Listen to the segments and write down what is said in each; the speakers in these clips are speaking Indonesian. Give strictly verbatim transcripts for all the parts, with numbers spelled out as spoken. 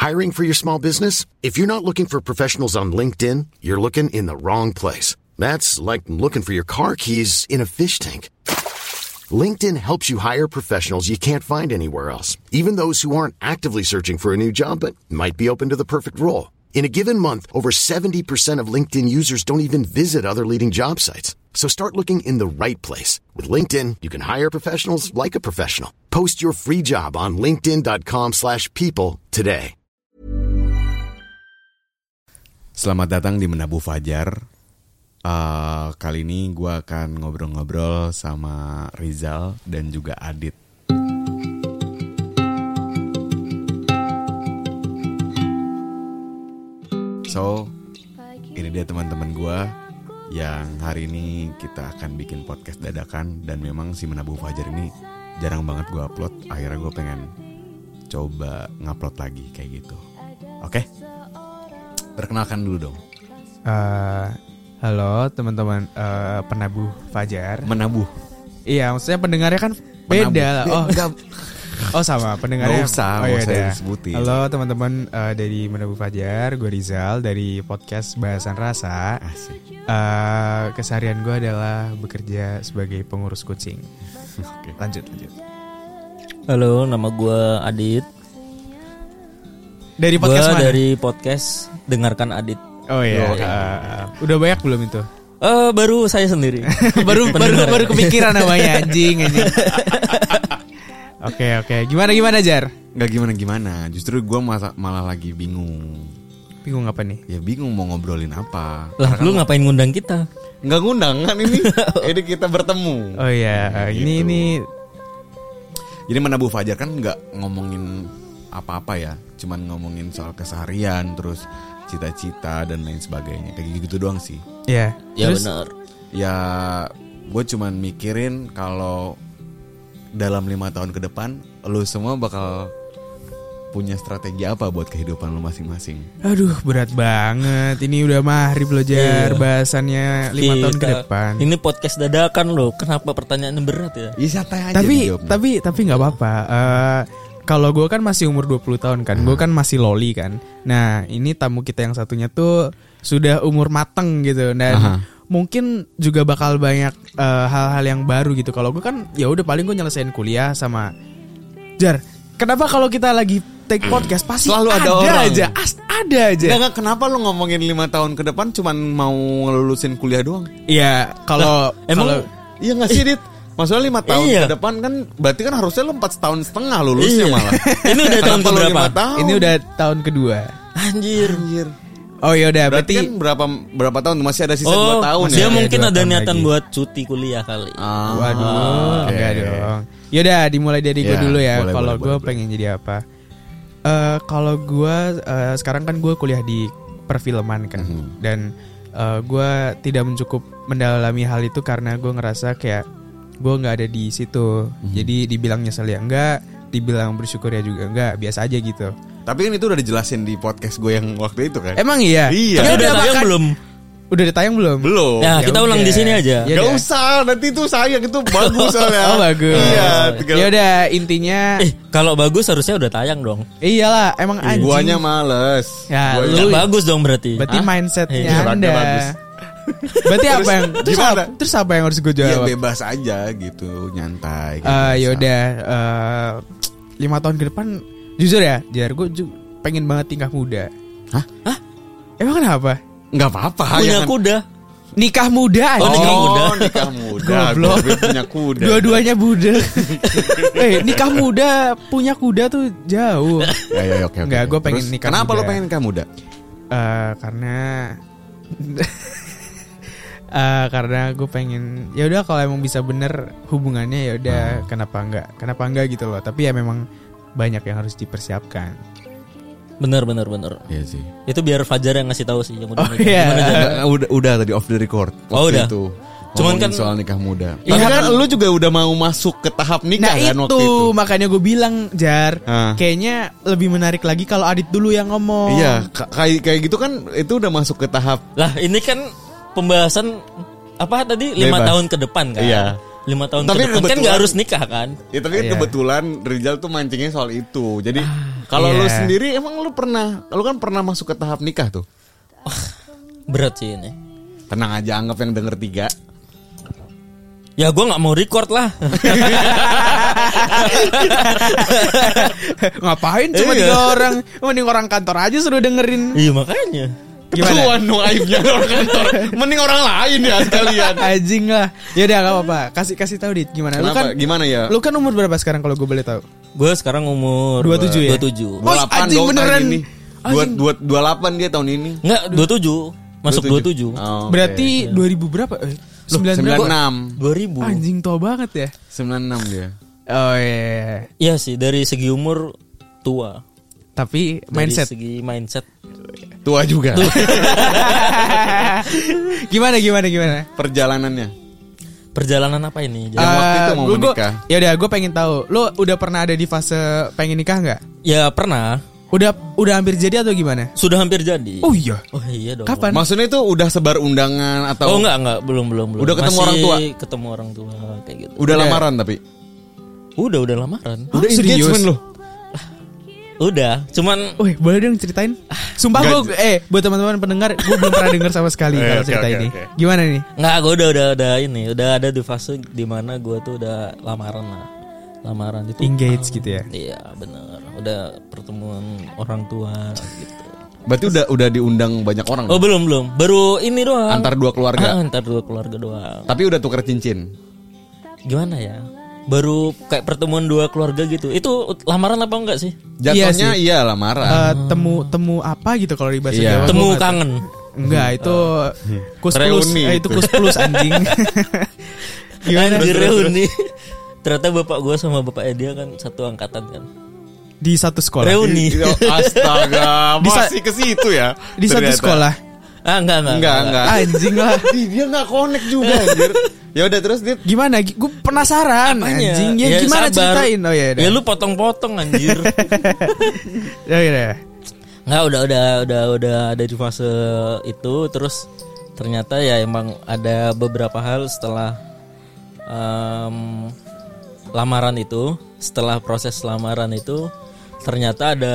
Hiring for your small business? If you're not looking for professionals on LinkedIn, you're looking in the wrong place. That's like looking for your car keys in a fish tank. LinkedIn helps you hire professionals you can't find anywhere else, even those who aren't actively searching for a new job but might be open to the perfect role. In a given month, over seventy percent of LinkedIn users don't even visit other leading job sites. So start looking in the right place. With LinkedIn, you can hire professionals like a professional. Post your free job on linkedin.com slash people today. Selamat datang di Menabuh Fajar. Uh, kali ini gue akan ngobrol-ngobrol sama Rizal dan juga Adit. So, ini dia teman-teman gue yang hari ini kita akan bikin podcast dadakan. Dan memang si Menabuh Fajar ini jarang banget gue upload. Akhirnya gue pengen coba ngupload lagi kayak gitu. Oke? Perkenalkan dulu dong. Uh, halo teman-teman uh, Penabuh Fajar. Menabuh? Iya, maksudnya pendengarnya kan beda lah. Oh, oh sama pendengarnya. Gak usah, oh, gak usah disebutin. Halo teman-teman uh, dari Menabuh Fajar, gue Rizal dari podcast Bahasan Rasa. Asik. Uh, keseharian gue adalah bekerja sebagai pengurus kucing. Oke. Lanjut, lanjut. Halo, nama gue Adit. Dari podcast gua mana? Dari podcast Dengarkan Adit. Oh iya. Oh, iya. Uh, udah banyak belum itu? Uh, baru saya sendiri. baru baru baru kepikiran namanya anjing anjing. Oke oke. Gimana gimana Jar? Gak gimana gimana. Justru gue malah, malah lagi bingung. Bingung apa nih? Ya bingung mau ngobrolin apa. Lah lu ngapain ngundang kita? Nggak ngundang kan ini. Ini kita bertemu. Oh iya. Uh, gitu. Ini ini. Jadi Menabuh Fajar kan nggak ngomongin apa-apa ya. Cuman ngomongin soal keseharian, terus cita-cita dan lain sebagainya. Kayak gitu doang sih. Iya. Ya Terus, benar. Ya gue cuman mikirin kalau dalam lima tahun ke depan lu semua bakal punya strategi apa buat kehidupan lu masing-masing. Aduh berat banget. Ini udah maghrib loh Jar. Iya. Bahasannya lima tahun ke depan. Ini podcast dadakan loh. Kenapa pertanyaannya berat ya? Iya santai aja. Tapi dijawabnya. tapi tapi nggak apa-apa. Uh, kalau gue kan masih umur dua puluh tahun kan. Gue kan masih loli kan. Nah ini tamu kita yang satunya tuh sudah umur mateng gitu. Dan Aha. mungkin juga bakal banyak uh, hal-hal yang baru gitu. Kalau gue kan ya udah paling gue nyelesain kuliah sama Jar. Kenapa kalau kita lagi take podcast pasti selalu ada, ada orang aja, As, ada aja. Nggak, nggak, kenapa lu ngomongin lima tahun ke depan cuman mau ngelulusin kuliah doang? Iya, kalau emang kalau iya nggak sih Dit? Maksudnya lima tahun Iya. ke depan kan berarti kan harusnya lu empat tahun setengah lulusnya Iya. malah. Ini udah tahun Kenapa lu keberapa? lima tahun? ini udah tahun kedua. Anjir. Anjir. Oh ya udah, Berarti berarti kan berapa berapa tahun masih ada sisa Oh, dua tahun dia ya? mungkin Dua ada tahun niatan lagi. buat cuti kuliah kali. Ah, waduh, oke. enggak dong. Yaudah, dimulai dari gue Ya, dulu ya. boleh, Kalau boleh, gue boleh, pengen jadi apa? Eh kalau gue uh, sekarang kan gue kuliah di perfilman kan, Mhm. dan uh, gue tidak mencukup mendalami hal itu karena gue ngerasa kayak gue nggak ada di situ. Mhm. Jadi dibilang nyesel ya enggak, dibilang bersyukur ya juga enggak, biasa aja gitu. Tapi kan itu udah dijelasin di podcast gue yang waktu itu kan? Emang iya? Iya. Tapi Ya udah udah, tayang makan- belum? Udah ditayang belum? Belum. Ya, Ya kita ulang udah. di sini aja. Ya Gak udah. usah, nanti itu sayang itu bagus soalnya. Oh bagus. Iya, tinggal Ya udah intinya Eh, kalau bagus harusnya udah tayang dong. iyalah emang anjing. guanya males. Ya, Guanya- Nggak Lu- bagus dong berarti. Berarti Hah? mindsetnya Iya, Anda bagus. Berarti apa yang terus gimana? apa, terus apa yang harus gue Ya jawab? bebas aja gitu, nyantai. Eh gitu. yaudah eh, lima tahun ke depan jujur ya, Jar, gue ju- pengen banget tingkah muda. Hah? Hah? Emang kenapa? Nggak apa-apa. Punya ya kan? kuda. Nikah muda Oh, anjing. nikah muda. Oh, nikah muda. Goblok. Gue punya kuda. Dua-duanya Buddha. Eh nikah muda punya kuda tuh jauh. Ya, ya, oke, oke. Nggak, gue pengen Terus, nikah Kenapa muda. lo pengen nikah muda? Eh karena Eh karena gue pengen ya udah kalau emang bisa bener hubungannya ya udah Hmm. kenapa enggak kenapa enggak gitu loh, tapi ya memang banyak yang harus dipersiapkan. Bener bener bener. Iya sih. Itu biar Fajar yang ngasih tahu sih yang udah Oh, nikah. iya. Gimana, Jar? Nggak, udah udah tadi off the record. Oh, waktu udah. Itu. Cuman Ngomongin kan- soal nikah muda. Iya Tapi kan kan- lu juga udah mau masuk ke tahap nikah Nah kan itu, waktu itu. makanya gue bilang Jar, Ah. kayaknya lebih menarik lagi kalau Adit dulu yang ngomong. Iya, ka- kayak kayak gitu kan itu udah masuk ke tahap Lah ini kan pembahasan apa tadi lima Bebas. tahun ke depan kan. Iya. lima tahun Tapi ke depan kan kebetulan- nggak harus nikah kan? Ya tapi kan Iya. kebetulan Rizal tuh mancingnya soal itu. Jadi kalau lu iya. sendiri emang lu pernah, lu kan pernah masuk ke tahap nikah tuh. Berat sih ini. Tenang aja, anggap yang denger tiga. Ya gue nggak mau record lah. Ngapain cuma Iya. tiga orang? Mending orang kantor aja suruh dengerin. Iya makanya. Gimana? Ketahuan dong aibnya orang kantor. Mending orang lain ya sekalian. Anjing lah. Ya udah enggak apa-apa. Kasih kasih tahu Dit gimana? Lu Kenapa? kan Gimana ya? Lu kan umur berapa sekarang kalau gue boleh tahu? Gue sekarang umur dua puluh tujuh ya? dua puluh tujuh. Oh, dua puluh delapan anjing dong beneran. tahun ini. Dua, Anjing. dua, dua puluh delapan dia tahun ini. Enggak, dua puluh tujuh. Masuk dua puluh tujuh. Oh, oke. Berarti dua ribu berapa? Eh, sembilan sembilan puluh berapa? enam. dua ribu. Anjing tua banget ya. sembilan puluh enam dia. Oh iya. Iya sih, dari segi umur tua. Tapi Dari mindset. segi mindset. Tua juga. Gimana gimana gimana? Perjalanannya. Perjalanan apa ini? Jadi, Yang waktu itu mau gua- gua- menikah. Ya udah, gue pengen tahu. Lu udah pernah ada di fase pengen nikah nggak? ya pernah. Udah udah hampir jadi atau gimana? Sudah hampir jadi. Oh iya. Oh iya dong. Kapan? Maksudnya itu udah sebar undangan atau Oh enggak enggak belum belum belum. Udah ketemu Masih orang tua? Ketemu orang tua kayak gitu. udah lamaran tapi? Udah udah lamaran. Udah serius? engagement loh. Udah, cuman Wih, boleh dong ceritain? Sumpah gue, eh buat teman-teman pendengar, gue belum pernah dengar sama sekali Eh, kalau oke, cerita oke, ini. oke. Gimana nih? nggak, gue udah udah udah ini, udah ada di fase dimana gue tuh udah lamaran lah, lamaran itu. Engage gitu ya? Iya benar, udah pertemuan orang tua gitu. Berarti udah udah diundang banyak orang. Oh belum belum, baru ini doang. Antar dua keluarga. Ah, antar dua keluarga doang. Tapi udah tuker cincin. Gimana ya? Baru kayak pertemuan dua keluarga gitu. Itu lamaran apa enggak sih? Jatuhnya sih. iya lamaran. Eh, temu temu apa gitu kalau di bahasa Iya. Jawa? Temu Gua nggak tahu. kangen. Enggak, itu kus plus, Reuni eh, itu itu. kus plus anjing. Gimana? Anjir, reuni. Ternyata bapak gue sama bapaknya dia kan satu angkatan kan. Di satu sekolah. Reuni. Iya, astaga, Di sa- masih ke situ ya. Di satu ternyata. sekolah. Ah enggak enggak. Enggak, enggak. Anjing lah. Ih, dia enggak connect juga anjir. Ya udah terus dia Gimana? Gue penasaran. Apanya? Anjing, ya, gimana sabar. ceritain? Oh ya, Ya lu potong-potong anjir. ya, ya. Nggak, udah udah udah udah ada di fase itu, terus ternyata ya emang ada beberapa hal setelah em, lamaran itu, setelah proses lamaran itu ternyata ada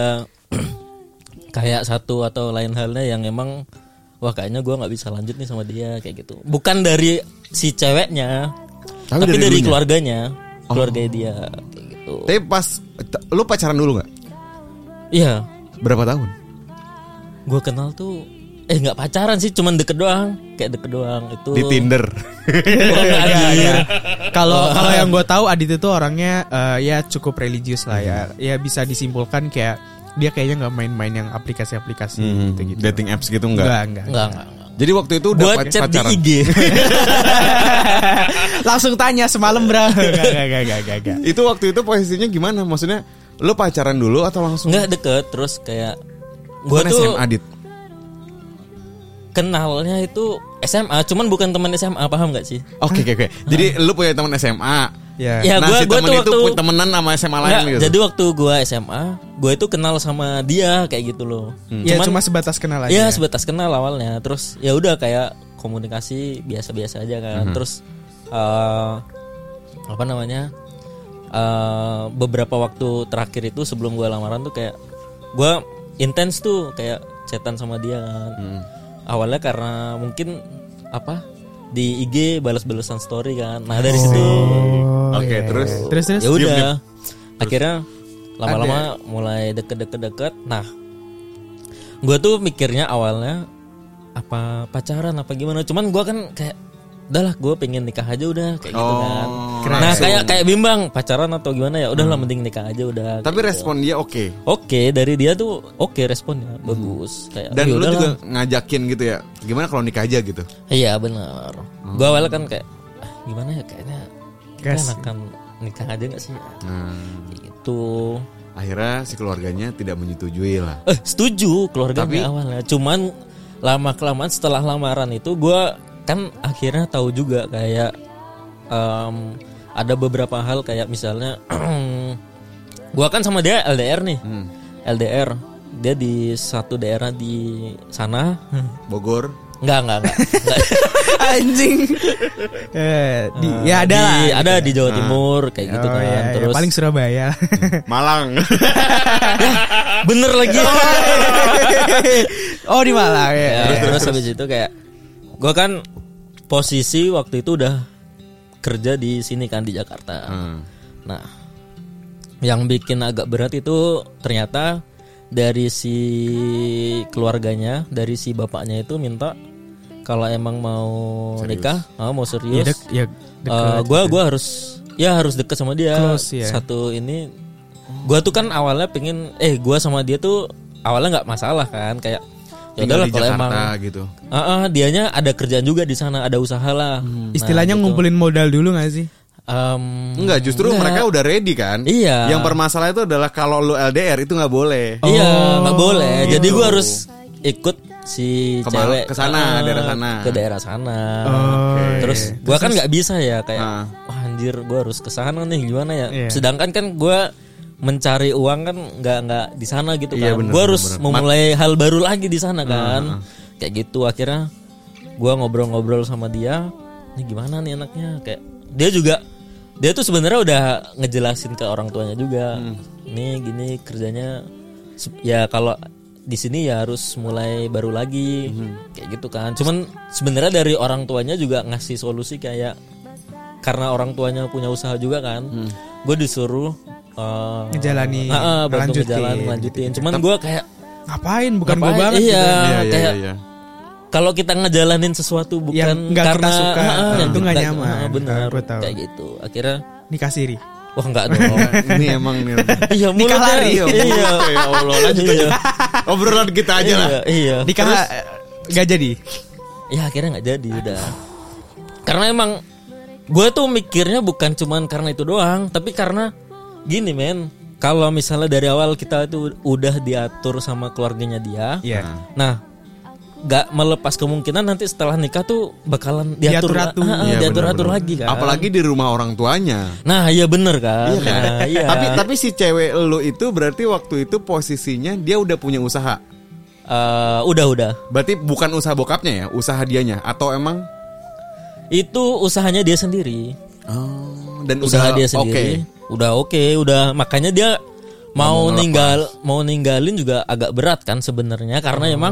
kayak satu atau lain halnya yang emang wah kayaknya gue nggak bisa lanjut nih sama dia kayak gitu. Bukan dari si ceweknya, Tapi tapi, dari dari, dulunya? keluarganya, keluarganya dia kayak gitu. Tapi pas t- lu pacaran dulu nggak? Iya, Berapa tahun? gue kenal tuh eh nggak pacaran sih, cuman deket doang, kayak deket doang itu. Di Tinder. Oh, nggak, anjir. Kalau kalau yang gue tahu Adit itu orangnya eh, ya cukup religius lah ya. Ya bisa disimpulkan kayak dia kayaknya nggak main-main yang aplikasi-aplikasi gitu gitu. Dating apps gitu enggak? Enggak, enggak. Enggak, enggak, enggak. Jadi waktu itu udah Buat pac- chat di pacaran. I G. Langsung tanya semalam bro. Enggak, enggak, enggak, enggak, enggak. Itu waktu itu posisinya gimana? Maksudnya lu pacaran dulu atau langsung? Enggak deket, terus kayak gua Bukan tuh S M A Dit. kenalnya itu S M A, cuman bukan teman S M A, paham enggak sih? Oke oke oke. Jadi lu punya teman S M A. Ya. Ya, Nah gua- si gua temen tuh itu waktu- pun temenan sama S M A lain Enggak, gitu. jadi waktu gua S M A, gua itu kenal sama dia kayak gitu loh. Ya cuma sebatas kenal aja. ya sebatas kenal awalnya, terus ya udah kayak komunikasi biasa-biasa aja kan. Terus eh, apa namanya? eh, beberapa waktu terakhir itu sebelum gue lamaran tuh kayak gue intens tuh kayak chatan sama dia kan. Awalnya karena mungkin apa di I G balas-balasan story kan. Nah dari situ Oh, Oke, iya. terus? terus terus. ya udah akhirnya lama-lama mulai deket-deket-deket. Nah gue tuh mikirnya awalnya apa pacaran apa gimana, cuman gue kan kayak udahlah gue pengen nikah aja udah kayak gitu Oh, kan. keren. Nah kayak kayak bimbang pacaran atau gimana ya udahlah mending nikah aja udah. Tapi kayak respon dia oke. gitu. Oke dari dia tuh oke responnya bagus kayak Dan "Ya lu udahlah." juga ngajakin gitu ya. Gimana kalau nikah aja gitu? Iya benar. Gue awalnya kan kayak "Ah, gimana ya kayaknya kita Gas. akan nikah aja nggak sih? Nah, Kayak gitu. akhirnya si keluarganya tidak menyetujui lah. Eh setuju keluarganya Tapi- awalnya. Cuman lama kelamaan setelah lamaran itu gue kan akhirnya tahu juga kayak em, ada beberapa hal kayak misalnya gue kan sama dia L D R nih. L D R dia di satu daerah di sana. Bogor. Enggak, enggak, enggak. enggak. Anjing. Eh, di, ya ada di, lah. Ada di Jawa Timur kayak gitu Oh, kan. iya, Terus iya. Paling Surabaya. Malang. bener lagi. Oh di Malang ya. Ya, terus habis itu kayak gue kan posisi waktu itu udah kerja di sini kan di Jakarta. Hmm. Nah, yang bikin agak berat itu ternyata dari si keluarganya, dari si bapaknya itu minta kalau emang mau Serius. nikah, ah, mau Ya, serius, dek, ya gue dekat gua gitu. gua harus ya harus deket sama dia. Close, ya. Satu ini, gue tuh kan awalnya pengen, eh gue sama dia tuh awalnya nggak masalah kan, kayak ya Tinggal udahlah di kalau Jakarta emang, gitu. ah ah, dianya ada kerjaan juga di sana, ada usaha lah. Hmm. Istilahnya Nah, gitu. ngumpulin modal dulu gak sih? Um, Enggak, justru enggak. mereka udah ready kan. Iya. Yang permasalahan itu adalah kalau lu L D R itu nggak boleh. Iya, nggak Oh, boleh. Jadi gitu. gue harus ikut si Ke cewek ke sana, ah, daerah sana. ke daerah sana. Oh, Terus iya. gue kan nggak bisa ya kayak, Ah. wah anjir, gue harus ke sana nih gimana ya? Iya. Sedangkan kan gue mencari uang kan nggak nggak di sana gitu Iya, kan. bener, Gue harus bener. memulai hal baru lagi di sana kan. Ah, ah. Kayak gitu akhirnya gue ngobrol-ngobrol sama dia. Ini gimana nih anaknya? Kayak dia juga dia tuh sebenarnya udah ngejelasin ke orang tuanya juga. Hmm. Nih gini kerjanya se- ya kalau di sini ya harus mulai baru lagi kayak gitu kan. Cuman sebenarnya dari orang tuanya juga ngasih solusi kayak karena orang tuanya punya usaha juga kan. Gue disuruh uh, Ngejalanin, ah, ah, bantu ngelanjutin, ngejalan, ngelanjutin. Cuman gue kayak Ngapain? Bukan gue ngapain? banget Iya, gitu. Iya, iya, kayak iya. kalau kita ngejalanin sesuatu bukan Yang nggak kita karena suka, ah, ah, itu nggak kita- nyaman. ah, benar, Ah, gua tahu. kayak gitu. Akhirnya Nikah siri. wah enggak dong. Ini emang nih. Iya, Nikah mulutnya- lari. Iya. Ya Allah, lanjut Iya. obrolan kita aja lah. Iya, iya. Nikah Terus, eh, nggak jadi. ya akhirnya nggak jadi udah. Karena emang gue tuh mikirnya bukan cuman karena itu doang, tapi karena gini men, kalau misalnya dari awal kita itu udah diatur sama keluarganya dia, Iya. nah nggak melepas kemungkinan nanti setelah nikah tuh bakalan diatur Diatur-atur. ah, ah, Iya, diatur-atur bener-bener. lagi kan. Apalagi di rumah orang tuanya. Nah iya bener kan. Iya kan? Nah, iya. Tapi tapi si cewek lu itu berarti waktu itu posisinya dia udah punya usaha. Eh, udah udah. Berarti bukan usaha bokapnya ya, usaha dianya atau emang Itu usahanya dia sendiri. oh, dan Usaha udah dia oke. sendiri. Udah oke, udah makanya dia mau mau ninggal mau ninggalin juga agak berat kan sebenarnya karena emang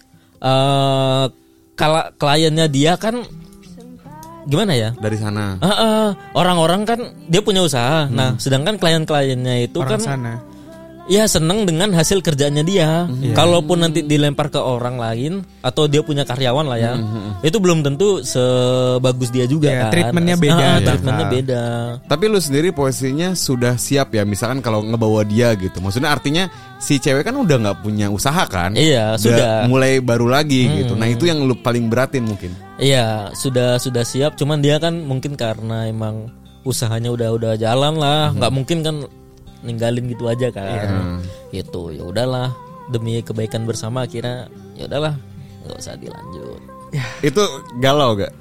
eh kalau kliennya dia kan gimana ya? Dari sana. Ah, ah, orang-orang kan dia punya usaha. Nah, sedangkan klien-kliennya itu Orang kan sana. ya seneng dengan hasil kerjaannya dia. Kalaupun nanti dilempar ke orang lain atau dia punya karyawan lah ya, itu belum tentu sebagus dia juga Ya, kan. treatmentnya Ah, beda ah, ya. treatmentnya Ah. beda. Tapi lu sendiri posisinya sudah siap ya, misalkan kalau ngebawa dia gitu. Maksudnya artinya si cewek kan udah nggak punya usaha kan? Iya, Udah sudah. mulai baru lagi gitu. Nah itu yang lu paling beratin mungkin. Iya, sudah sudah siap. Cuman dia kan mungkin karena emang usahanya udah udah jalan lah, nggak mungkin kan ninggalin gitu aja kan. Gitu. Ya udahlah, demi kebaikan bersama akhirnya ya udahlah, nggak usah dilanjut. Itu galau gak?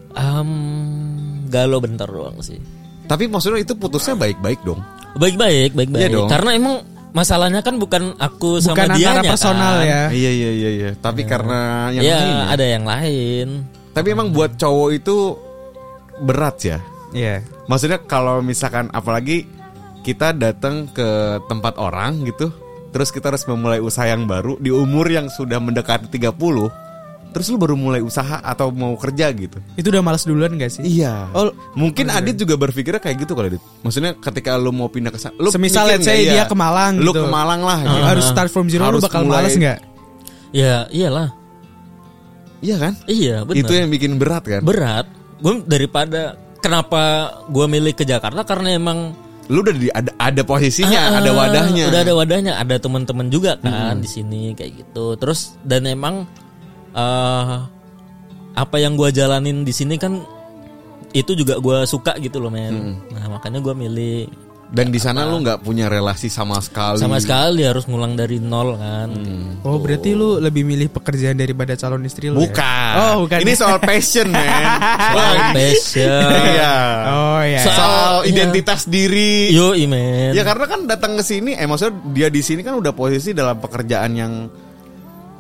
Um, galau bentar doang sih. Tapi maksudnya itu putusnya baik-baik dong. Baik-baik, baik-baik. Iya dong. Karena emang masalahnya kan bukan aku sama Bukan dia antara personal ya. Iya iya iya iya. Tapi karena yang Ya, lain ya. ada yang lain. Tapi emang buat cowok itu berat ya. Iya. Maksudnya kalau misalkan apalagi kita datang ke tempat orang gitu, terus kita harus memulai usaha yang baru di umur yang sudah mendekati tiga puluh. Terus lu baru mulai usaha atau mau kerja gitu. Itu udah malas duluan gak sih? Iya. Oh, mungkin Adit juga berpikirnya kayak gitu kali, Adit. Maksudnya ketika lu mau pindah ke sana, lu Semisal mikir let's nggak, say iya, dia ke Malang lu gitu. ke Malang lah Lu gitu. harus start from zero, lu Harus bakal mulai- malas nggak? Ya, iyalah. Iya kan? Iya, benar. Itu yang bikin berat kan? Berat. Gue daripada kenapa gue milih ke Jakarta karena emang Lu udah di, ada, ada Ah, posisinya, ada wadahnya. Udah ada wadahnya, ada teman-teman juga kan di sini kayak gitu. Terus dan emang eh apa yang gue jalanin di sini kan itu juga gue suka gitu loh men. Nah makanya gue milih. Dan di sana lu nggak punya relasi sama sekali. Sama sekali harus ngulang dari nol kan. Oh, berarti lu lebih milih pekerjaan daripada calon istri lu? Bukan. Ya? Oh, bukan. Ini soal passion, man. Soal passion. Iya. Oh ya. So- Soal Iya. identitas diri. Yo men. Ya karena kan datang ke sini, eh maksudnya dia di sini kan udah posisi dalam pekerjaan yang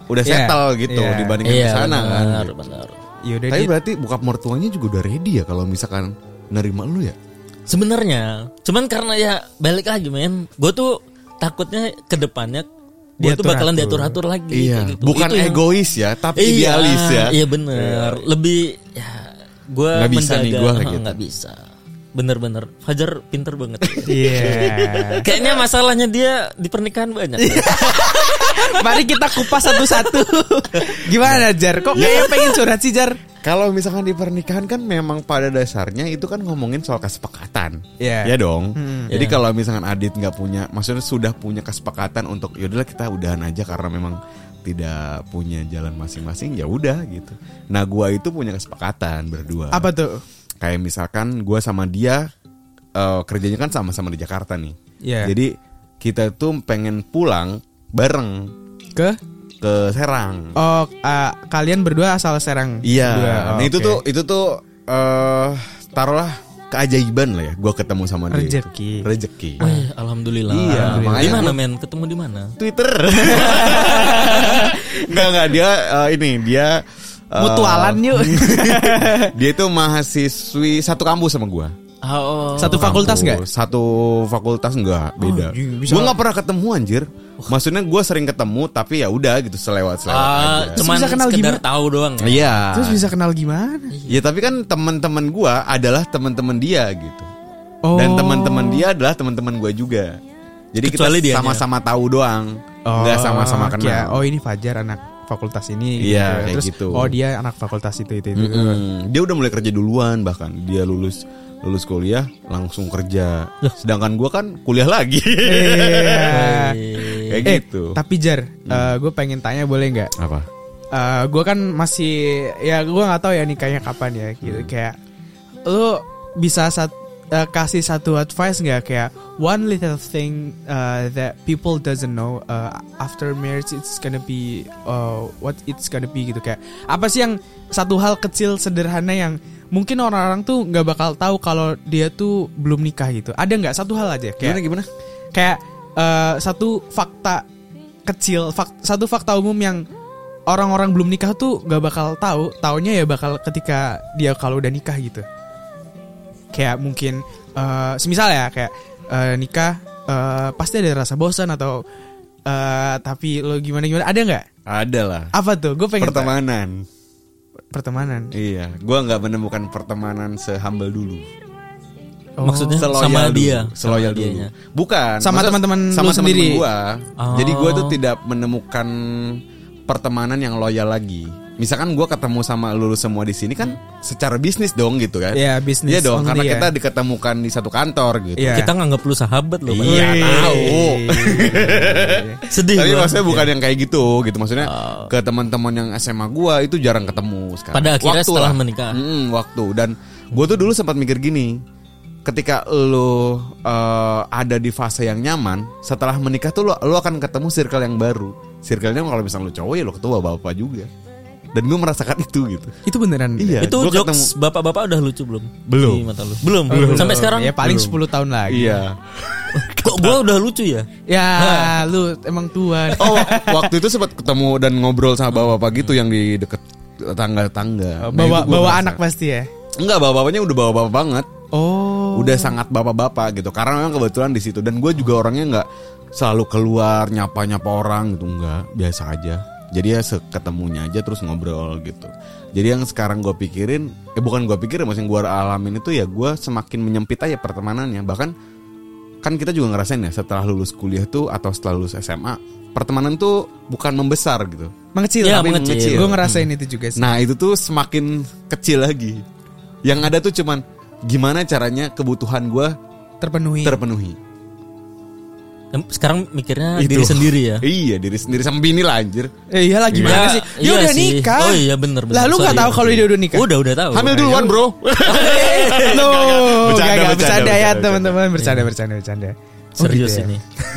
udah Yeah, settle gitu yeah. dibandingkan Iya, kesana kan. benar, Gitu. benar. Yaudah Tapi Dit. berarti bokap mertuanya juga udah ready ya kalau misalkan nerima lu ya? Sebenarnya, cuman karena ya balik lagi men, gue tuh takutnya ke depannya gue tuh Diatur-atur. bakalan diatur-atur lagi. Iya, kayak gitu. bukan Itu yang- egois ya, tapi Iya, idealis ya. Iya bener, lebih ya gue Nggak bisa menjaga, nih gua kayak ah, gitu. nggak bisa. Bener-bener, Fajar pinter banget. Iya. Kayaknya masalahnya dia di pernikahan banyak. Mari kita kupas satu-satu. Gimana Jar? Kok kayaknya pengen curhat sih Jar? Kalau misalkan di pernikahan kan memang pada dasarnya itu kan ngomongin soal kesepakatan, Iya. ya dong. Jadi Iya. kalau misalkan Adit nggak punya, maksudnya sudah punya kesepakatan untuk yaudahlah kita udahan aja karena memang tidak punya jalan masing-masing, ya udah gitu. Nah gua itu punya kesepakatan berdua. Apa tuh? Kayak misalkan gua sama dia eh, kerjanya kan sama-sama di Jakarta nih. Iya. Jadi kita tuh pengen pulang bareng Ke? ke Serang. Oh, uh, kalian berdua asal Serang. Iya. Berdua. Oh, Nah itu oke. tuh itu tuh eh taruhlah keajaiban lah ya. Gua ketemu sama dia. itu. Rezeki. Rezeki. Wih, alhamdulillah. Iya, Di makanya mana gua- men? Ketemu di mana? Twitter. Enggak enggak dia eh, ini dia eh, Mutualan yuk. dia itu mahasiswi satu kampus sama gua. Oh, Satu fakultas nggak? Satu fakultas enggak, beda. iya, bisa. Gue nggak pernah ketemu anjir. Maksudnya gue sering ketemu tapi ya udah gitu selewat selewat Ah, aja. cuman bisa kenal sekedar gimana? tahu doang. ya? Iya. Terus bisa kenal gimana? Ya tapi kan teman-teman gue adalah teman-teman dia gitu. Oh. Dan teman-teman dia adalah teman-teman gue juga. Jadi Kecuali kita dianya. sama-sama tahu doang, Oh, nggak sama-sama kayak, kenal. oh ini Fajar anak fakultas ini. Iya, gitu. kayak Terus gitu. oh dia anak fakultas itu itu itu. Mm-mm. Dia udah mulai kerja duluan, bahkan dia lulus lulus kuliah langsung kerja. Sedangkan gue kan kuliah lagi. Iya. Kayak Eh, gitu. tapi Jar, gue pengen tanya boleh nggak? Apa? Eh gue kan masih ya gue nggak tahu ya nikahnya kapan ya gitu. Kayak lu bisa sat, eh, kasih satu advice nggak kayak one little thing uh, that people doesn't know uh, after marriage it's gonna be uh, what it's gonna be gitu, kayak apa sih yang satu hal kecil sederhana yang mungkin orang-orang tuh nggak bakal tahu kalau dia tuh belum nikah gitu. Ada nggak satu hal aja kayak Gimana gimana? kayak eh, satu fakta kecil, fak- satu fakta umum yang orang-orang belum nikah tuh gak bakal tahu, taunya ya bakal ketika dia kalau udah nikah gitu. Kayak mungkin eh, semisal ya kayak eh, nikah eh, pasti ada rasa bosan atau eh, tapi lo gimana gimana, ada nggak? Ada lah. Apa tuh? Gue pengen tahu. Pertemanan. Pertemanan. Iya, gue nggak menemukan pertemanan sehumble dulu. Oh. Maksudnya Seloyal sama dulu. dia, Seloyal sama dulu. dianya. Bukan. Sama maksud- teman-teman sama lu sendiri. Gua. Oh. Jadi gue tuh tidak menemukan pertemanan yang loyal lagi. Misalkan gue ketemu sama lu semua di sini kan secara bisnis dong gitu kan? Iya, bisnis Iya dong, only karena ya. kita diketemukan di satu kantor gitu. Iya. Kita nganggap lu sahabat loh. Iya, padahal. tahu. Sedih. Tapi gua. maksudnya bukan yang kayak gitu gitu. Maksudnya Oh. ke teman-teman yang S M A gua itu jarang ketemu sekarang. Pada akhirnya setelah lah. menikah. Mm, waktu. Dan gue tuh dulu sempat mikir gini, ketika lo uh, ada di fase yang nyaman, setelah menikah tuh lo, lo akan ketemu circle yang baru. Circle-nya kalau misalnya lo cowok ya lo ketemu bapak juga. Dan gue merasakan itu gitu. Itu beneran. Iya. Itu gua jokes bapak-bapak udah lucu belum? Belum. Di mata lu. Belum. Oh, belum. Sampai sekarang. Ya paling Belum. sepuluh tahun lagi. Iya. Kok gua udah lucu ya? Ya, lu emang tua. Oh, waktu itu sempat ketemu dan ngobrol sama bapak-bapak gitu yang di deket tangga-tangga. Nah, bawa itu gua bawa merasa. anak pasti ya. Enggak, bapak-bapaknya udah bapak-bapak banget. Oh. Udah sangat bapak-bapak gitu. Karena memang kebetulan di situ, dan gue juga orangnya nggak selalu keluar nyapa-nyapa orang gitu, enggak, biasa aja. Jadi ya seketemunya aja terus ngobrol gitu. Jadi yang sekarang gue pikirin, eh bukan gue pikirin, maksudnya gue alamin itu ya gue semakin menyempit aja pertemanannya. Bahkan kan kita juga ngerasain ya setelah lulus kuliah tuh atau setelah lulus S M A, pertemanan tuh bukan membesar gitu. Mengecil, Ya, tapi mengecil. mengecil. Gue ngerasain itu juga sih. Nah itu tuh semakin kecil lagi. Yang ada tuh cuman gimana caranya kebutuhan gue terpenuhi. terpenuhi. Sekarang mikirnya Itu. diri sendiri ya. Iya, diri sendiri sama bini lah anjir. eh, iya lagi gimana sih? Dia iya udah sih. nikah. Oh iya bener bener. Lah lu nggak Sorry, tahu ya. kalau dia udah nikah? Udah udah tahu. Hamil duluan, Bro. Loh, Bercanda, gak, gak, bercanda, bercanda ya bercanda, teman-teman, bercanda, bercanda, bercanda. Oh, Serius gitu ya? ini.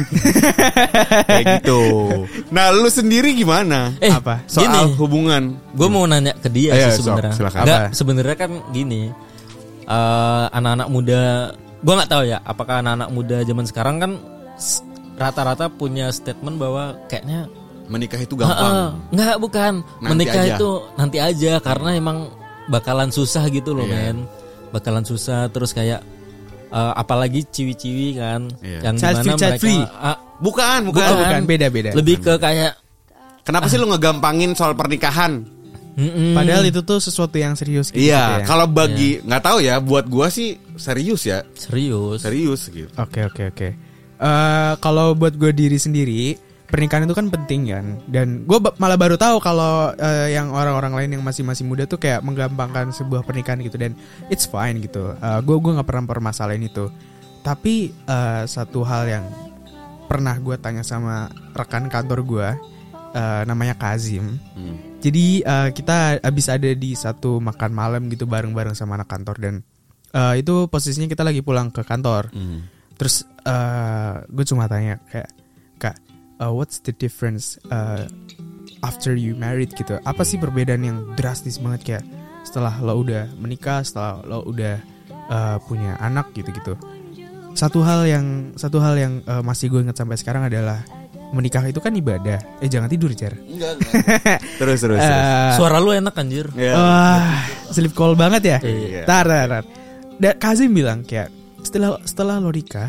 Kayak gitu. Nah, lu sendiri gimana? Eh, Apa? Soal gini. hubungan. Gue mau nanya ke dia Ayo, sih sok, sebenarnya. silakan. Enggak, Apa? sebenarnya kan gini. eh, anak-anak muda, gue nggak tahu ya, apakah anak-anak muda zaman sekarang kan s- rata-rata punya statement bahwa kayaknya menikah itu gampang. Enggak, bukan. Nanti menikah aja. itu nanti aja karena emang bakalan susah gitu loh, Iya. men. Bakalan susah terus kayak uh, apalagi ciwi-ciwi kan Iya. yang Child dimana free, child mereka free. ah, Bukan, bukan. Oh, bukan, beda-beda. lebih ke kayak Kenapa sih lu ngegampangin soal pernikahan? mm-mm. Padahal itu tuh sesuatu yang serius gitu Iya, ya. kalau bagi nggak tahu ya, buat gua sih serius ya, serius. serius gitu. Oke oke oke. Eh, kalau buat gue diri sendiri, pernikahan itu kan penting kan. Dan gue ba- malah baru tahu kalau eh, yang orang-orang lain yang masih masih muda tuh kayak menggampangkan sebuah pernikahan gitu. Dan it's fine gitu. Eh, gue gue nggak pernah permasalahin itu. Tapi eh, satu hal yang pernah gue tanya sama rekan kantor gue, eh, namanya Kazim. Hmm. Jadi uh, kita habis ada di satu makan malam gitu bareng-bareng sama anak kantor dan uh, itu posisinya kita lagi pulang ke kantor. Hmm. Terus uh, gue cuma tanya kayak, Kak, uh, what's the difference uh, after you married gitu? Apa sih perbedaan yang drastis banget kayak setelah lo udah menikah, setelah lo udah uh, punya anak gitu-gitu? Satu hal yang satu hal yang uh, masih gue ingat sampai sekarang adalah menikah itu kan ibadah. Eh jangan tidur, Jar. Enggak, enggak. terus terus. terus. Eh, Suara lu enak anjir. Ya. Wah, sleep call banget ya. Iya. Tar, tar, tar. Da, Kazim bilang kayak setelah setelah lo nikah,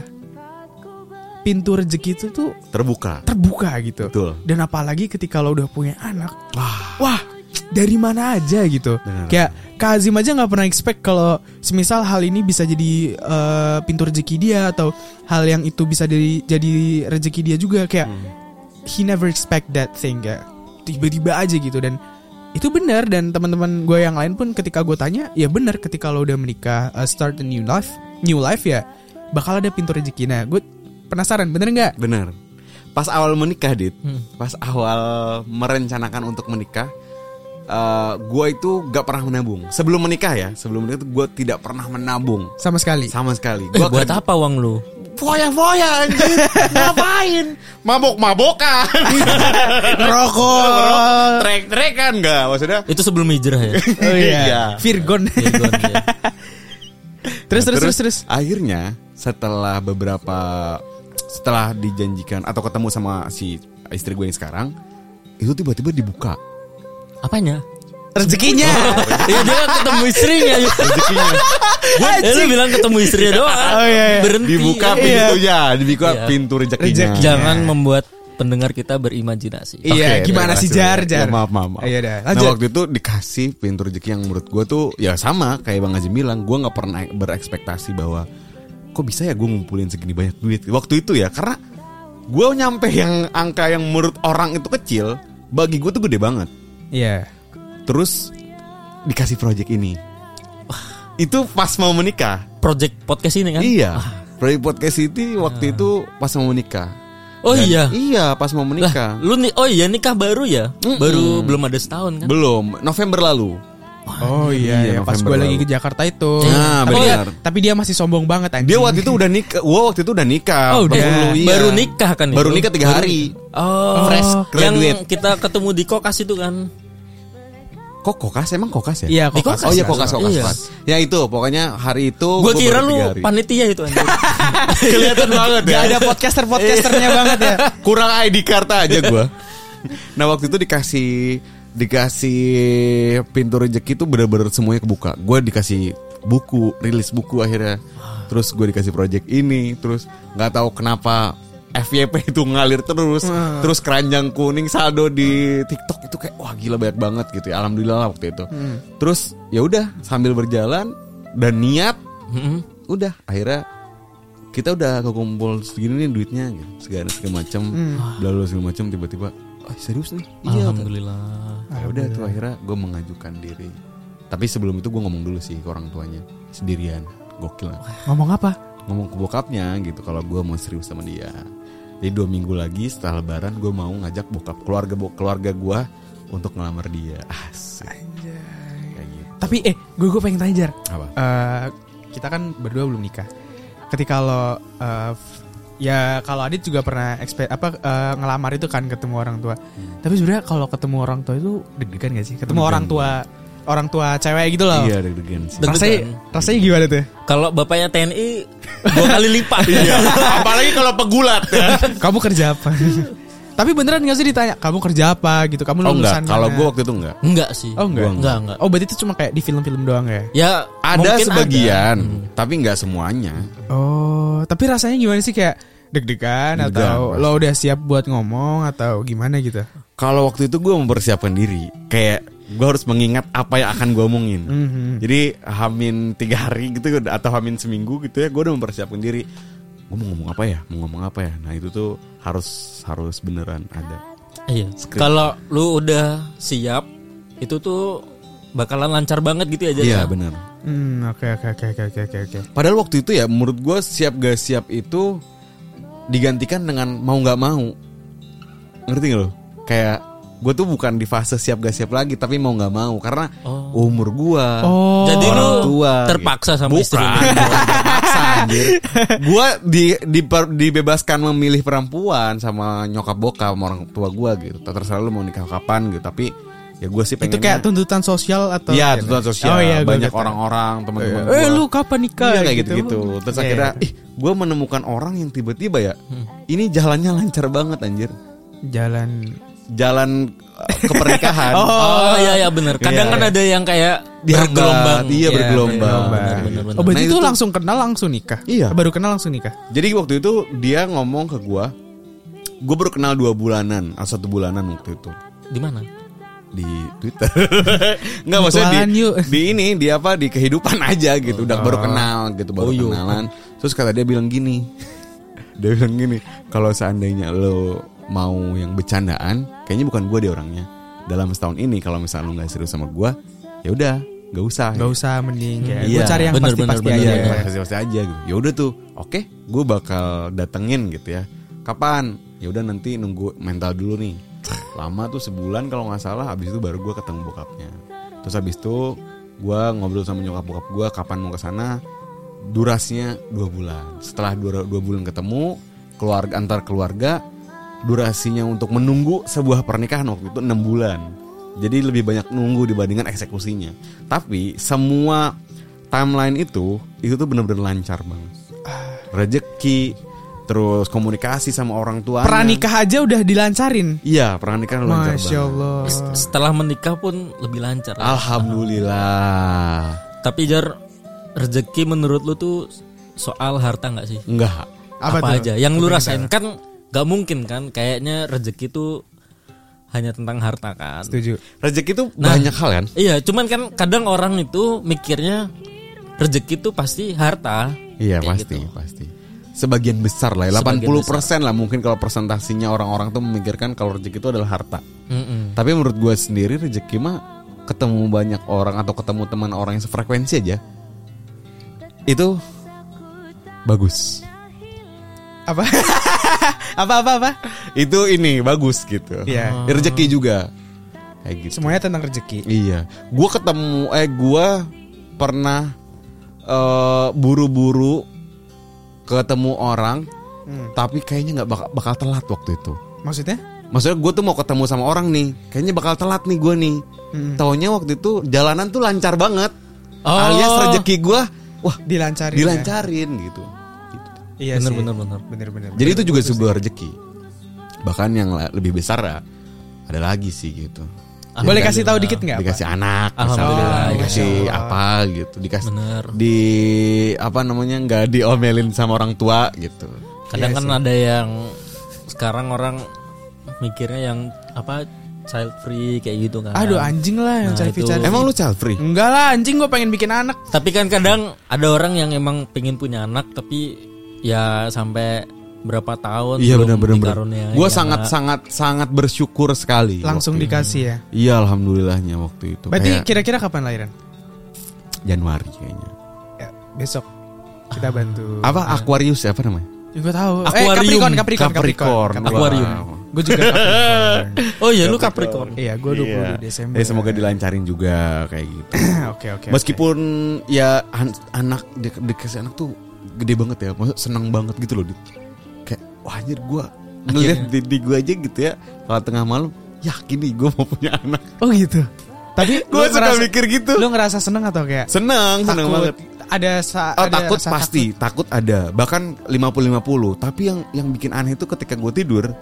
pintu rezeki itu tuh Terbuka. terbuka gitu. Betul. Dan apalagi ketika lo udah punya anak, wah, wah dari mana aja gitu. Benar. Kayak Kazim aja nggak pernah expect kalau semisal hal ini bisa jadi eh, pintu rezeki dia atau hal yang itu bisa jadi jadi rezeki dia juga kayak Hmm. he never expect that thing kayak tiba-tiba aja gitu dan itu benar dan teman-teman gue yang lain pun ketika gue tanya ya benar ketika lo udah menikah uh, start a new life new life ya bakal ada pintu rezeki. Nah gue penasaran bener nggak? Benar. Pas awal menikah, Dit. Hmm. Pas awal merencanakan untuk menikah, uh, gue itu gak pernah menabung. Sebelum menikah ya, sebelum menikah gue tidak pernah menabung Sama sekali. sama sekali. Eh, Gua buat kerja- apa uang lu? Foya-foya anjir. Ngapain? Mabok-mabokan. Rokok. Trek-trekan enggak maksudnya? Itu sebelum hijrah ya. Oh iya. Iya. Virgon. Virgon, ya. terus, Nah, terus terus terus. Akhirnya setelah beberapa setelah dijanjikan atau ketemu sama si istri gue yang sekarang, itu tiba-tiba dibuka Apanya? Rezekinya. Ya dia ketemu istrinya. rezekinya. Eh, lu bilang ketemu istrinya doang. Oh, iya, iya. Berhenti. Dibuka Iya. pintunya, dibuka Iya. pintu rezekinya. Rezeki. Jangan membuat pendengar kita berimajinasi. Iya, Oke, gimana terima sih kasih. Jar Ya, Jar? maaf, maaf, maaf. Iya dah. Nah Lanjut. waktu itu dikasih pintu rezeki yang menurut gue tuh ya sama kayak Bang Azim bilang, gue nggak pernah berekspektasi bahwa kok bisa ya gue ngumpulin segini banyak duit waktu itu ya, karena gue nyampe yang angka yang menurut orang itu kecil, bagi gue tuh gede banget. Iya. Terus dikasih project ini, itu pas mau menikah. Project podcast ini kan? Iya, project podcast itu waktu itu pas mau menikah. Oh Dan- iya. Iya pas mau Lah, menikah. lu nih, oh iya nikah baru ya? Mm-mm. Baru belum ada setahun kan? Belum, November lalu. Oh iya, Iya, ya, pas November gue lagi lalu. ke Jakarta itu. Nah, tapi, dia, benar. tapi dia masih sombong banget anjing. Dia waktu itu udah nikah. Gua waktu itu udah nikah. Oh, udah. Baru, iya. Baru nikah kan itu? Baru nikah tiga hari. Oh, Fresh yang graduate. kita ketemu di Kokas itu kan? Kok kokas? Emang kokas ya? Iya, Di kokas. Oh iya kan? kokas kokas. Iya. Kokas. Ya itu pokoknya hari itu. Gue gua kira baru lu tiga hari. panitia itu anjir. Kelihatan banget ya. Gak ada podcaster-podcasternya banget ya. Kurang I D card aja gua. Nah waktu itu dikasih dikasih pintu rezeki itu bener-bener semuanya kebuka. Gue dikasih buku, rilis buku akhirnya. Terus gue dikasih project ini, terus nggak tahu kenapa F Y P itu ngalir terus, Hmm. terus keranjang kuning saldo di TikTok itu kayak wah gila banyak banget gitu ya. Alhamdulillah lah waktu itu. Hmm. Terus ya udah sambil berjalan dan niat, Mm-mm. udah akhirnya kita udah kekumpul segini nih duitnya gitu. Segala segala macam, lalu segala macam tiba-tiba oh, serius nih. Iya. Alhamdulillah. Ya udah tuh akhirnya gue mengajukan diri. Tapi sebelum itu gue ngomong dulu sih ke orang tuanya sendirian. Gokil lah. Ngomong apa? Ngomong ke bokapnya gitu kalau gue mau serius sama dia. Jadi dua minggu lagi setelah lebaran gue mau ngajak bokap keluarga keluarga gue untuk ngelamar dia. Asik. Kayak gitu. Tapi eh, gue gue pengen tanya Jar. Apa? Eh, kita kan berdua belum nikah. Ketika lo eh, f- ya kalau Adit juga pernah expe- apa eh, ngelamar itu kan ketemu orang tua. Tapi sebenarnya kalau ketemu orang tua itu deg-degan gak sih? Ketemu Deg-degan. orang tua orang tua cewek gitu loh. Iya deg-degan sih. Deg-degan. Rasanya rasanya gimana tuh? Kalau bapaknya T N I dua kali lipat. Iya. Apalagi kalau pegulat ya. Kamu kerja apa? Tapi beneran gak sih ditanya kamu kerja apa gitu, kamu Oh lulusan enggak, kalau mana? gue waktu itu enggak. Enggak sih. Oh enggak. Gua Enggak, enggak. Oh berarti itu cuma kayak di film-film doang ya? Ya Ada mungkin sebagian, ada. Hmm. tapi enggak semuanya. Oh, tapi rasanya gimana sih, kayak deg-degan Deg-degan, atau pasti. lo udah siap buat ngomong atau gimana gitu? Kalau waktu itu gue mempersiapkan diri, kayak gue harus mengingat apa yang akan gue omongin. Mhm. Jadi hamin tiga hari gitu atau hamin seminggu gitu ya, gue udah mempersiapkan diri. Gue mau ngomong apa ya, mau ngomong apa ya. Nah itu tuh harus harus beneran ada. Iya. Script. Kalau lu udah siap, itu tuh bakalan lancar banget gitu ya Iya jadinya. bener. Hmm, oke oke oke oke oke oke oke. Padahal waktu itu ya menurut gue siap gak siap itu digantikan dengan mau gak mau. Ngerti gak lo? Kayak gue tuh bukan di fase siap gak siap lagi, tapi mau gak mau karena Oh. umur gue. Oh. Jadi orang lu tua, terpaksa gitu. sama Bukan, istri lu. bukan terpaksa anjir. Gua di, di dibebaskan memilih perempuan sama nyokap bokap sama orang tua gua gitu. Terserah lu mau nikah kapan gitu, tapi ya gue sih pengennya. Itu kayak tuntutan sosial atau? Iya, tuntutan sosial. Oh iya, gua banyak ngerti. orang-orang teman-teman Eh, gua. lu kapan nikah? Iya kayak gitu-gitu. Terus Iya, akhirnya iya. ih, gua menemukan orang yang tiba-tiba ya. Ini jalannya lancar banget anjir. Jalan. Jalan eh, ke pernikahan. Oh iya iya benar. Kadang Iya. kan ada yang kayak Dihambat, bergelombang. iya, Iya, bergelombang. benar, benar, benar. Oh berarti Nah, itu itu tuh- langsung kenal langsung nikah? Iya. Baru kenal langsung nikah? Jadi waktu itu dia ngomong ke gua, gua baru kenal dua bulanan atau satu bulanan waktu itu Di mana? di Twitter. Enggak maksudnya Mutualan di, yuk. di ini di apa di kehidupan aja gitu. Udah baru kenal gitu, baru Oh, iya. kenalan. Terus kata dia bilang gini. Dia bilang gini, kalau seandainya lo mau yang bercandaan, kayaknya bukan gua dia orangnya. Dalam setahun ini kalau misalnya lo nggak serius sama gua, ya udah, nggak usah. Gak usah mending kayak Iya. gue cari yang Bener, pasti-pasti bener, aja. bener, ya. pasti-pasti aja gitu. Ya udah tuh, oke, gue bakal datengin gitu ya. Kapan? Ya udah nanti nunggu mental dulu nih. Lama tuh sebulan kalau nggak salah. Abis itu baru gue ketemu bokapnya. Terus abis itu gue ngobrol sama nyokap bokap gue kapan mau kesana. Durasinya dua bulan. Setelah dua, dua bulan ketemu, keluarga antar keluarga, durasinya untuk menunggu sebuah pernikahan waktu itu enam bulan. Jadi lebih banyak nunggu dibandingkan eksekusinya. Tapi semua timeline itu itu tuh benar-benar lancar banget. Rezeki, terus komunikasi sama orang tuanya. Pranikah aja udah dilancarin. Iya, pernikahan lancar Masya banget. Allah. Setelah menikah pun lebih lancar. Alhamdulillah. Tapi Jar, rezeki menurut lu tuh soal harta nggak sih? Enggak. Apa Apa, tuh? aja yang lu Apa rasain yang kan nggak mungkin kan? Kayaknya rezeki tuh hanya tentang harta kan? Setuju. Rezeki itu Nah. banyak hal kan? Iya, cuman kan kadang orang itu mikirnya rezeki itu pasti harta. Iya, Kayak pasti, gitu. pasti. Sebagian besar lah, ya, Sebagian delapan puluh persen lah mungkin kalau presentasinya orang-orang tuh memikirkan kalau rezeki itu adalah harta. Mm-mm. Tapi menurut gue sendiri rezeki mah ketemu banyak orang atau ketemu teman orang yang sefrekuensi aja itu bagus. Apa? apa apa apa? Itu ini bagus gitu. Iya. Rezeki juga kayak gitu. Semuanya tentang rezeki. Iya. Gue ketemu eh gue pernah eh, buru-buru ketemu orang, Hmm. tapi kayaknya nggak bakal, bakal telat waktu itu. Maksudnya? Maksudnya gue tuh mau ketemu sama orang nih, kayaknya bakal telat nih gue nih. Hmm. Taunya waktu itu jalanan tuh lancar banget. Oh. Alias rezeki gue, wah Dilancarin. ya? dilancarin gitu. Gitu. Iya Bener, sih. bener, bener. Bener bener. Jadi itu juga Bagus sebuah rezeki. Bahkan yang la- lebih besar ya, ada lagi sih gitu. Boleh kasih tahu dikit nggak? Dikasih anak, Alhamdulillah, misalnya, dikasih Masya Allah. apa gitu, dikasih Bener. di apa namanya nggak diomelin sama orang tua gitu. Kadang Iya kan sih. ada yang sekarang orang mikirnya yang apa child free kayak gitu kan. Aduh anjing lah yang Nah, cari itu. cari. Emang lu child free? Enggak lah anjing, gue pengen bikin anak. Tapi kan kadang ada orang yang emang pengen punya anak tapi ya sampai berapa tahun Iya belum benar-benar. dikaruniai Gue anak. sangat sangat sangat bersyukur sekali. Langsung waktu itu. dikasih ya. Iya alhamdulillahnya waktu itu. Berarti Kayak kira-kira kapan lahiran? Januari kayaknya. Ya, besok kita bantu. Apa Aquarius ya, apa namanya? Gue tahu. Eh, Aquarium. Capricorn, Capricorn, Capricorn. Aquarium. Gue juga Capricorn. Oh iya lu Capricorn. Iya, gue dua puluh Desember. Eh, semoga dilancarin juga kayak gitu. Oke, oke. Meskipun ya an- anak di- dikasih anak tuh gede banget ya, maksud seneng banget gitu loh. Dit. Kayak wah anjir gue ngeliat di, di gue aja gitu ya, kalau tengah malam yakin nih gue mau punya anak. Oh gitu. Tapi Gue lu suka ngerasa- mikir gitu. Lu ngerasa seneng atau kayak Seneng, seneng takut? banget. Ada sa- Oh, ada takut rasa pasti, takut. ada. Bahkan lima puluh lima puluh. Tapi yang yang bikin aneh itu ketika gue tidur,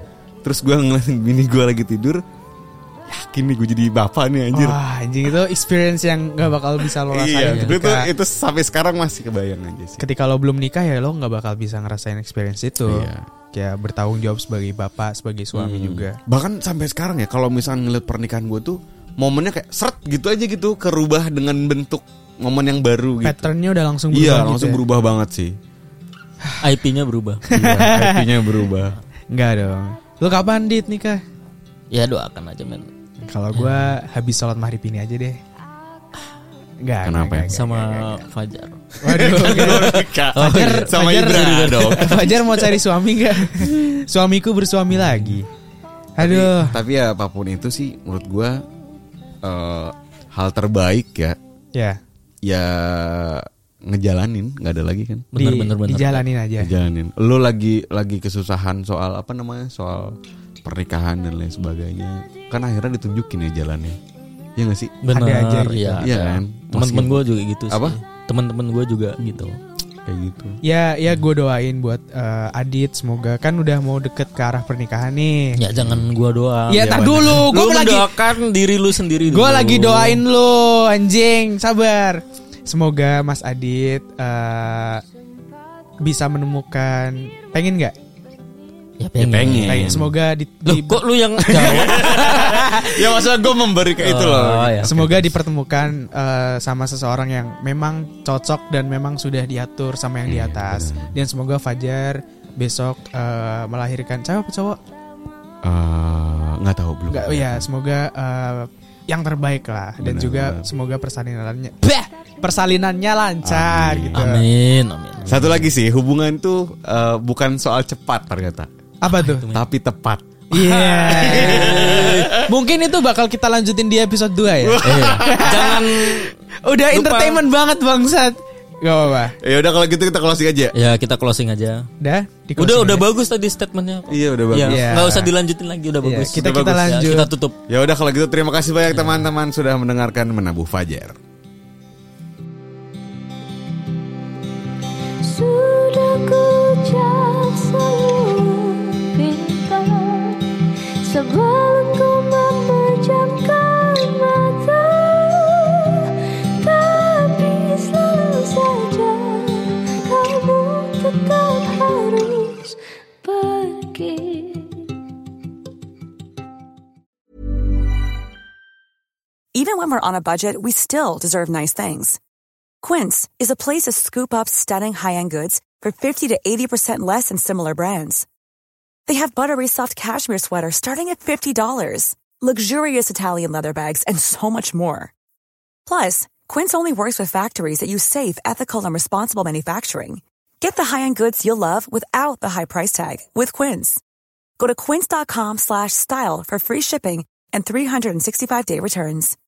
terus gue ngeliatin bini gue lagi tidur, yakin nih gue jadi bapak nih anjir. Wah anjing, itu experience yang gak bakal bisa lo rasain. Iya, itu, ketika, itu sampai sekarang masih kebayang aja sih. ketika lo belum nikah ya lo gak bakal bisa ngerasain experience itu. Iya. Kayak bertanggung jawab sebagai bapak, sebagai suami Hmm. juga. Bahkan sampai sekarang ya, kalau misalnya ngeliat pernikahan gue tuh momennya kayak seret gitu aja gitu, kerubah dengan bentuk momen yang baru gitu. Patternnya udah langsung berubah. Iya, gitu langsung ya? berubah banget sih. I P-nya berubah. Iya, I P-nya berubah. Enggak dong. Lo kapan Dit nikah? Ya doakan aja men. Kalau gue habis sholat maghrib ini aja deh. Enggak. Kenapa ya? Sama Fajar. Waduh. Fajar, sama Fajar, Ibra dong. Fajar mau cari suami nggak? Suamiku bersuami lagi. Aduh. Tapi, tapi ya apapun itu sih menurut gue uh, hal terbaik ya. Ya. Ya ngejalanin, nggak ada lagi kan? Bener, Di- bener, bener. Dijalanin aja. Ngejalanin. Lo lagi lagi kesusahan soal apa namanya? Soal pernikahan dan lain sebagainya. Kan akhirnya ditunjukin ya jalannya. Iya gak sih? Bener, Ada aja gitu. iya. Iya kan? Teman-teman gue juga gitu sih. Apa? Teman-teman gue juga gitu. Kayak gitu. Ya, ya gue doain buat eh, Adit, semoga kan udah mau deket ke arah pernikahan nih. Ya jangan gue doang. Ya, tar dulu, Lu gue lagi, mendoakan diri lu sendiri. gue dulu. lagi doain lu, anjing, sabar. Semoga Mas Adit eh, bisa menemukan, pengen nggak? Ya pengen. Ya, pengen. Pengen. Semoga di, Loh, di- kok lu yang jawab? Ya maksudnya gue memberi ke itu loh. Oh, ya. semoga dipertemukan eh, sama seseorang yang memang cocok dan memang sudah diatur sama yang di Iya, atas. benar. Dan semoga Fajar besok eh, melahirkan cewek apa cowok? Eh, nggak tahu belum. Enggak, ya semoga eh, yang terbaik lah dan Benar, juga benar. semoga persalinannya bah, persalinannya lancar Amin. gitu. Amin, amin. Satu lagi sih, hubungan tuh eh, bukan soal cepat ternyata, Apa tuh? tapi tepat. Iya. Mungkin itu bakal kita lanjutin di episode dua ya. Iya. Jangan Udah Lupa. entertainment banget bangsat. Gak apa-apa. Ya udah kalau gitu kita closing aja. ya kita closing aja. Udah, di Udah closing udah aja. bagus tadi statementnya. Iya udah bagus. Ya, Iya. nggak usah dilanjutin lagi udah Iya, bagus. kita- Udah kita bagus. Ya, lanjut. kita tutup. Ya udah kalau gitu terima kasih banyak teman-teman sudah mendengarkan Menabuh Fajar. Sudah ku jasa pinta sebelum ku memejamkan mata, tapi selalu saja kamu tetap harus pergi. Even when we're on a budget, we still deserve nice things. Quince is a place to scoop up stunning high-end goods for fifty to eighty percent less than similar brands. They have buttery soft cashmere sweaters starting at fifty dollars, luxurious Italian leather bags, and so much more. Plus, Quince only works with factories that use safe, ethical, and responsible manufacturing. Get the high-end goods you'll love without the high price tag with Quince. Go to quince.com slash style for free shipping and three sixty-five day returns.